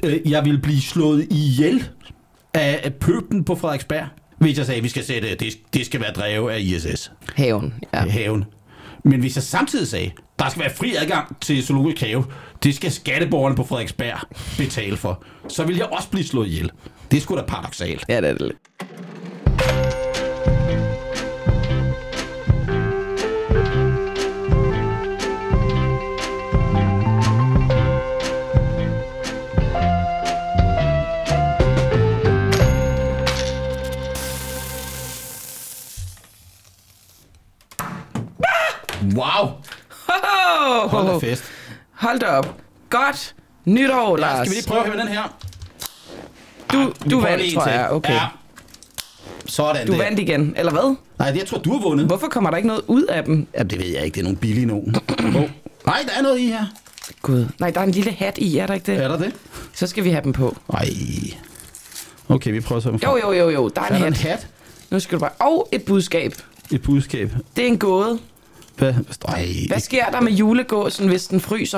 jeg ville blive slået ihjel af pøblen på Frederiksberg, hvis jeg sagde, at vi skal sætte, det skal være drevet af ISS. Haven, ja. Haven. Men hvis jeg samtidig sagde, der skal være fri adgang til zoologisk have, det skal skatteborgerne på Frederiksberg betale for, så vil jeg også blive slået ihjel. Det er sgu da paradoksalt. Ja, det er det lidt. Wow! Hold da fest. Hold da op. Godt. Nytår, Lars. Skal vi lige prøve at høre den her? Du vandt, tror jeg. Okay. Ja. Sådan du vandt igen, eller hvad? Nej, jeg tror, du har vundet. Hvorfor kommer der ikke noget ud af dem? Jamen, det ved jeg ikke. Det er nogle billige nogen. Nej, der er noget i her. Gud. Nej, der er en lille hat i, er der ikke det? Er der det? Så skal vi have dem på. Nej. Okay, vi prøver så. Jo. Der er en hat. Nu skal du bare... Og et budskab. Et budskab. Det er en gåde. Hvad sker der med julegåsen, hvis den fryser?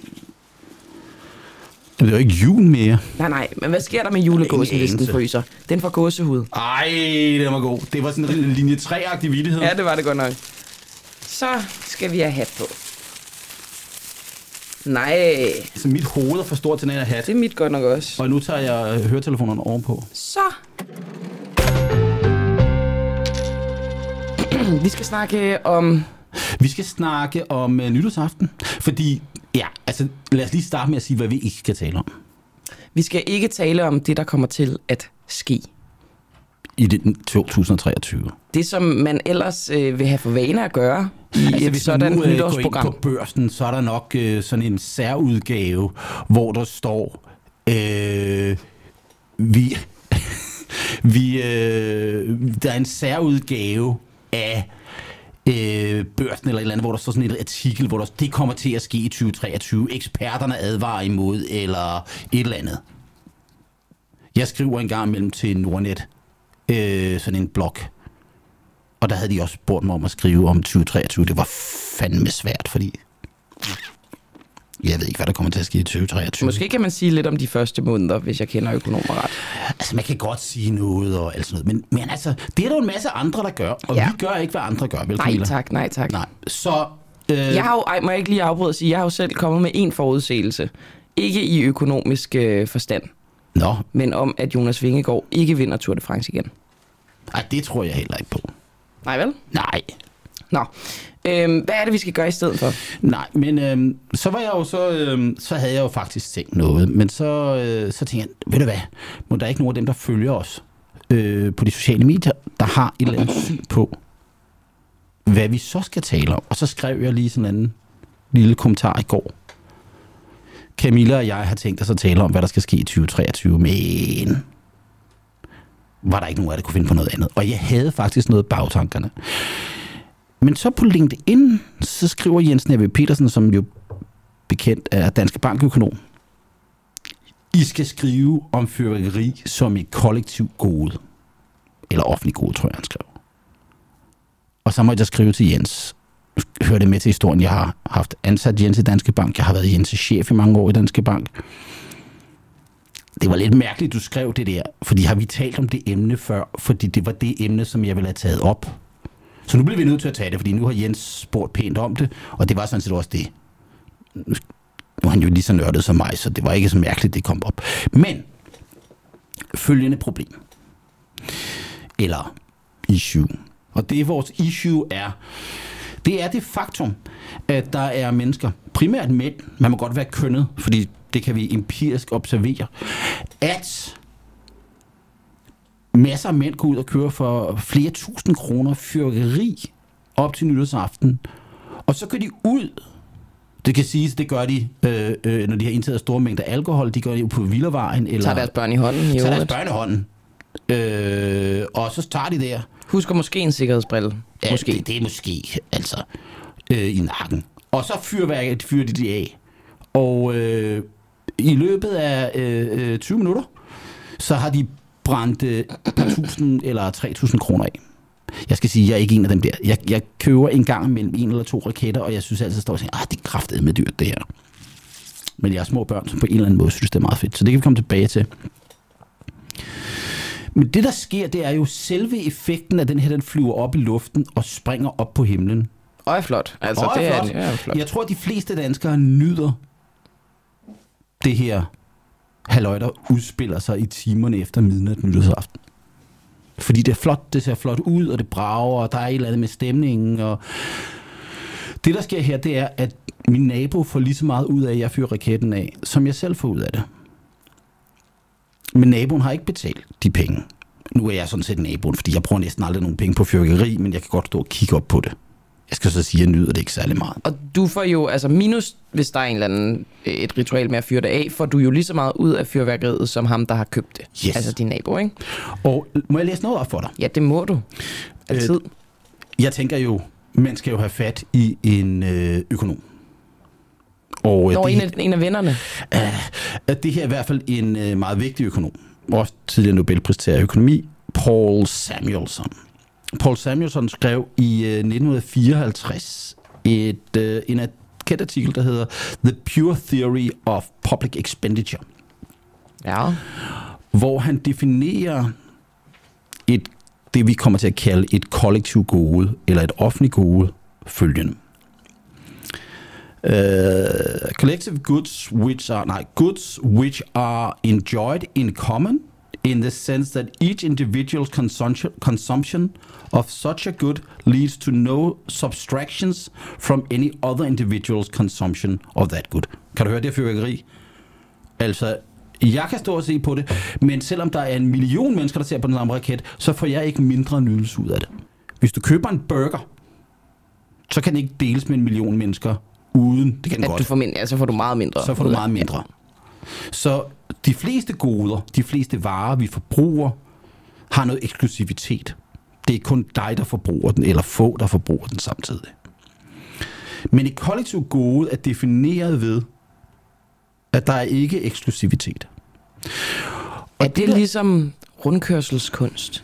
Det er jo ikke jul mere. Nej, men hvad sker der med julegåsen, hvis den fryser? Den får gåsehud. Ej, det var god. Det var sådan en linje 3-agtig vittighed. Ja, det var det godt nok. Så skal vi have hat på. Nej. Altså, mit hoved er for stort til den her hat. Det er mit godt nok også. Og nu tager jeg høretelefonerne ovenpå. Så. Vi skal snakke om nytårsaften. Fordi, ja, altså lad os lige starte med at sige, hvad vi ikke skal tale om. Vi skal ikke tale om det, der kommer til at ske. I 2023. Det, som man ellers vil have for vane at gøre i et sådan nytårsprogram. Går ind på børsen, så er der nok sådan en særudgave, hvor der står, der er en særudgave af børsen eller et eller andet, hvor der står sådan et artikel, hvor der det kommer til at ske i 2023. Eksperterne advarer imod, eller et eller andet. Jeg skriver en gang imellem til Nordnet, sådan en blog, og der havde de også spurgt mig om at skrive om 2023. Det var fandme svært, fordi jeg ved ikke, hvad der kommer til at ske i 2023. Måske kan man sige lidt om de første måneder, hvis jeg kender økonomer ret. Altså, man kan godt sige noget og alt sådan noget, men altså, det er der jo en masse andre, der gør, og vi gør ikke, hvad andre gør, vel, Camilla? Nej tak. Nej, så... Jeg har jo, må jeg ikke lige afbryde at sige, jeg har jo selv kommet med en forudsigelse. Ikke i økonomisk forstand. Nå. Men om, at Jonas Vingegaard ikke vinder Tour de France igen. Nej, det tror jeg heller ikke på. Nej, vel? Nej. Nå. Hvad er det, vi skal gøre i stedet for? Nej, men så var jeg jo så havde jeg jo faktisk tænkt noget, men så tænkte jeg, ved du hvad, må der ikke nogen af dem, der følger os på de sociale medier, der har et eller andet syn på, hvad vi så skal tale om. Og så skrev jeg lige sådan en lille kommentar i går. Camilla og jeg har tænkt os at tale om, hvad der skal ske i 2023, men var der ikke nogen af det, der kunne finde på noget andet. Og jeg havde faktisk noget bagtankerne. Men så på LinkedIn, så skriver Jens Næve Petersen, som jo bekendt er Danske Bankøkonom, I skal skrive om fyrværkeri som et kollektivt gode. Eller offentlig gode, tror jeg, han skrev. Og så må jeg skrive til Jens. Hør det med til historien. Jeg har haft ansat Jens i Danske Bank. Jeg har været Jens' chef i mange år i Danske Bank. Det var lidt mærkeligt, du skrev det der. Fordi har vi talt om det emne før? Fordi det var det emne, som jeg ville have taget op. Så nu bliver vi nødt til at tage det, fordi nu har Jens spurgt pænt om det, og det var sådan set også det. Nu er han jo lige så nørdet som mig, så det var ikke så mærkeligt, det kom op. Men, følgende problem. Eller issue. Og det vores issue er, det er det faktum, at der er mennesker, primært mænd, man må godt være kønnet, fordi det kan vi empirisk observere, at masser af mænd går ud og kører for flere tusind kroner fyrværkeri op til nytårsaften. Og så går de ud. Det kan siges, det gør de, når de har indtaget store mængder alkohol. De gør det jo på Villavejen. Eller tager deres børn i hånden. Tager deres børn i hånden. Og så tager de der. Husker måske en sikkerhedsbrille. Ja, måske. Det er måske, altså, i nakken. Og så fyrer de af. Og i løbet af 20 minutter, så har de brændt 1.000 eller 3.000 kroner af. Jeg skal sige, jeg er ikke en af dem der. Jeg køber en gang mellem 1 eller 2 raketter, og jeg synes altid, at jeg står og siger, det er kraftedeme dyrt, det her. Men jeg har små børn, som på en eller anden måde synes, det er meget fedt. Så det kan vi komme tilbage til. Men det, der sker, det er jo selve effekten af den her, den flyver op i luften og springer op på himlen. Og er flot. Altså, og det er flot. er flot. Jeg tror, at de fleste danskere nyder det her halløj, der udspiller sig i timerne efter midnat nytårsaften. Fordi det er flot, det ser flot ud, og det brager, og der er et eller andet med stemningen. Og det, der sker her, det er, at min nabo får lige så meget ud af, at jeg fyrer raketten af, som jeg selv får ud af det. Men naboen har ikke betalt de penge. Nu er jeg sådan set naboen, fordi jeg bruger næsten aldrig nogen penge på fyrværkeri, men jeg kan godt stå og kigge op på det. Jeg skal så sige, at jeg nyder det ikke særlig meget. Og du får jo, altså minus, hvis der er en eller anden, et ritual med at fyre det af, får du jo lige så meget ud af fyrværkeriet, som ham, der har købt det. Yes. Altså din nabo, ikke? Og må jeg læse noget op for dig? Ja, det må du. Altid. Jeg tænker jo, man skal jo have fat i en økonom. Og Når en af vennerne. At det her er i hvert fald en meget vigtig økonom. Også tidligere Nobelpristager i økonomi, Paul Samuelson. Paul Samuelson skrev i 1954 en kendt artikel, der hedder The Pure Theory of Public Expenditure. Ja. Hvor han definerer det, vi kommer til at kalde et kollektivt gode, eller et offentligt gode, følgende. Collective goods which are enjoyed in common in the sense that each individual's consumption of such a good leads to no subtractions from any other individual's consumption of that good. Kan du høre det fyrværkeri? Altså, jeg kan stå og se på det, men selvom der er 1 million mennesker, der ser på den samme raket, så får jeg ikke mindre nydelse ud af det. Hvis du køber en burger, så kan det ikke deles med 1 million mennesker uden. Det kan at godt. Du får mindre, så får du meget mindre. Så får du meget mindre. Så de fleste goder, de fleste varer, vi forbruger, har noget eksklusivitet. Det er kun dig, der forbruger den, eller få, der forbruger den samtidig. Men et kollektivt gode er defineret ved, at der er ikke eksklusivitet. Og er det ligesom rundkørselskunst?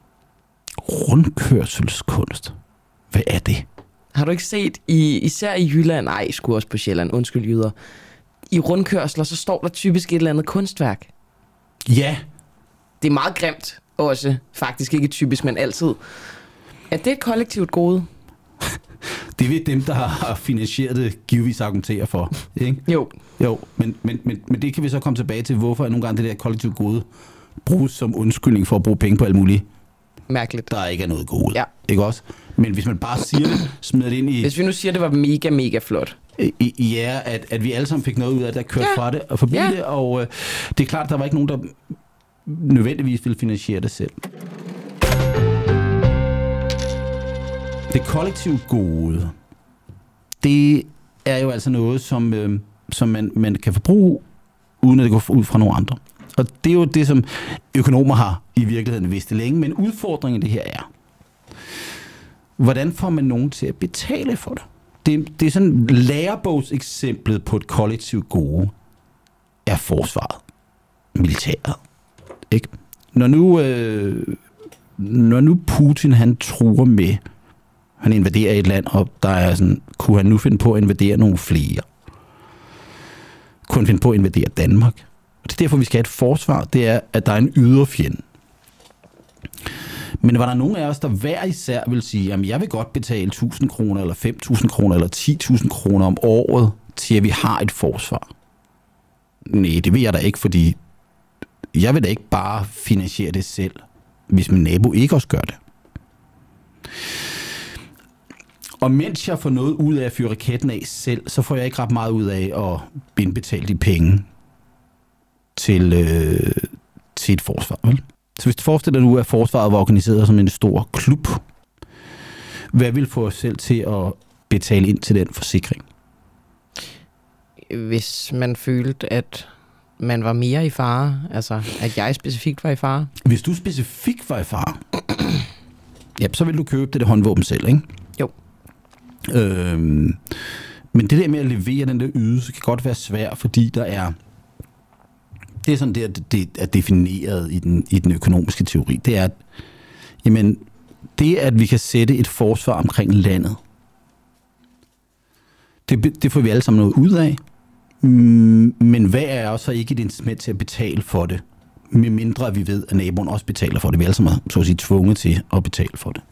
Rundkørselskunst? Hvad er det? Har du ikke set, især i Jylland, nej, sgu også på Sjælland, undskyld jyder, i rundkørsler, så står der typisk et eller andet kunstværk. Ja. Det er meget grimt også, faktisk ikke typisk, men altid. Er det et kollektivt gode? Det vil dem, der har finansieret det, givetvis argumentere for, ikke? Jo, men det kan vi så komme tilbage til, hvorfor nogle gange det der kollektivt gode bruges som undskyldning for at bruge penge på alt muligt. Mærkeligt. Der ikke er noget gode, ja. Ikke også? Men hvis man bare siger det, smider det ind i... Hvis vi nu siger, det var mega, mega flot. Ja, at vi alle sammen fik noget ud af det, der kørte fra det og forbi det, og det er klart, at der var ikke nogen, der nødvendigvis ville finansiere det selv. Det kollektive gode, det er jo altså noget, som man kan forbruge, uden at det går ud fra nogle andre. Og det er jo det, som økonomer har i virkeligheden vidst længe, men udfordringen i det her er, hvordan får man nogen til at betale for det? Det er sådan lærebogseksemplet på et kollektivt gode er forsvaret, militæret. Ikke? Når nu Putin han truer med, han invaderer et land, og der er sådan, kunne han nu finde på at invadere nogle flere? Kunne han finde på at invadere Danmark? Og det er derfor, vi skal have et forsvar, det er, at der er en ydre fjende. Men var der nogen af os, der hver især vil sige, at jeg vil godt betale 1.000 kroner, eller 5.000 kroner, eller 10.000 kroner om året, til at vi har et forsvar? Nej, det vil jeg da ikke, fordi jeg vil da ikke bare finansiere det selv, hvis min nabo ikke også gør det. Og mens jeg får noget ud af at fyre raketten af selv, så får jeg ikke ret meget ud af at indbetale de penge til et forsvar, vel? Så hvis du forestiller dig nu, at forsvaret var organiseret som en stor klub, hvad vil få os selv til at betale ind til den forsikring? Hvis man følte, at man var mere i fare, altså at jeg specifikt var i fare. Hvis du specifikt var i fare, ja, så vil du købe det håndvåben selv, ikke? Jo. Men det der med at levere den der ydelse kan godt være svært, fordi der er... Det er sådan det er defineret i den økonomiske teori. Det er, at jamen, det at vi kan sætte et forsvar omkring landet, det får vi alle sammen noget ud af. Men hvad er også ikke et incitament til at betale for det? Med mindre vi ved, at naboen også betaler for det. Vi er alle sammen så at sige tvunget til at betale for det.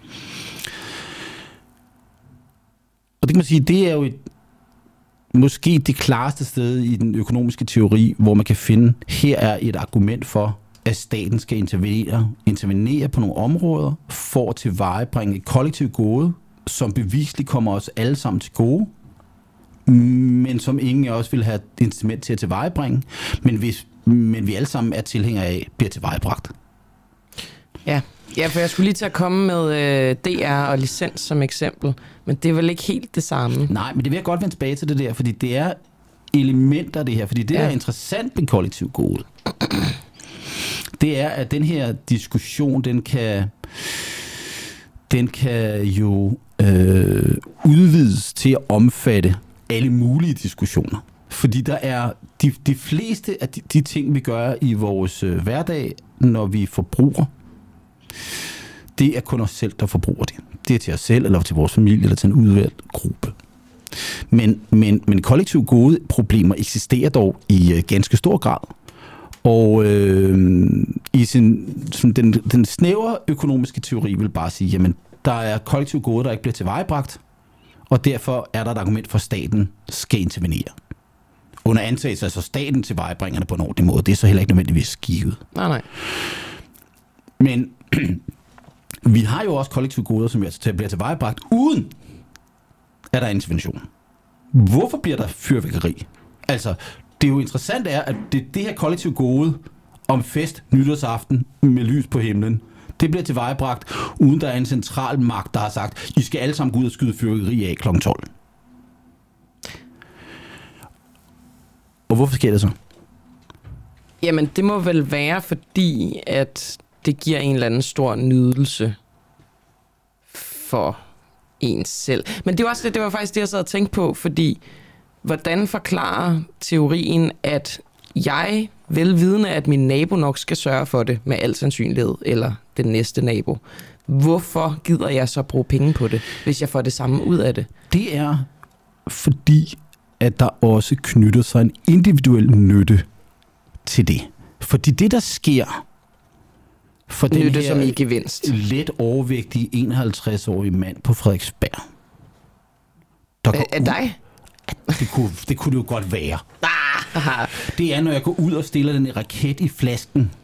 Og det kan man sige, det er jo måske det klareste sted i den økonomiske teori, hvor man kan finde, her er et argument for, at staten skal intervenere på nogle områder for at tilvejebringe et kollektivt gode, som bevisligt kommer os alle sammen til gode, men som ingen af os vil have et instrument til at tilvejebringe, men vi alle sammen er tilhængere af, bliver tilvejebragt. Ja, for jeg skulle lige til at komme med DR og licens som eksempel, men det er vel ikke helt det samme. Nej, men det vil jeg godt vende tilbage til det der, fordi det er elementer af det her, fordi det, der er interessant med kollektivt gode, det er, at den her diskussion, den kan jo udvides til at omfatte alle mulige diskussioner. Fordi der er de fleste af de ting, vi gør i vores hverdag, når vi forbruger, det er kun os selv, der forbruger det. Det er til os selv, eller til vores familie, eller til en udvalgt gruppe. Men kollektivt gode problemer eksisterer dog i ganske stor grad. Og i den snævre økonomiske teori vil bare sige, jamen, der er kollektivt gode, der ikke bliver tilvejebragt, og derfor er der et argument for, at staten skal intervenere. Under antagelse, altså staten tilvejebringer det på en ordentlig måde. Det er så heller ikke nødvendigvis givet. Nej. Men vi har jo også kollektivt goder, som bliver tilvejebragt, uden at der er intervention. Hvorfor bliver der fyrværkeri? Altså, det er jo interessant er, at det her kollektivt gode om fest nytårsaften med lys på himlen, det bliver tilvejebragt, uden der er en central magt, der har sagt, I skal alle sammen gå ud og skyde fyrværkeri af kl. 12. Og hvorfor sker det så? Jamen, det må vel være, fordi at det giver en eller anden stor nydelse for en selv. Men det var også det var faktisk det, jeg sad og tænkte på, fordi hvordan forklarer teorien, at jeg velvidende, at min nabo nok skal sørge for det med al sandsynlighed, eller den næste nabo. Hvorfor gider jeg så bruge penge på det, hvis jeg får det samme ud af det? Det er fordi, at der også knytter sig en individuel nytte til det. Fordi det, der sker for den nytte, her som i gevinst, let overvægtige 51-årige mand på Frederiksberg. Er dig? Det kunne det jo godt være. Det er, når jeg går ud og stiller den raket i flasken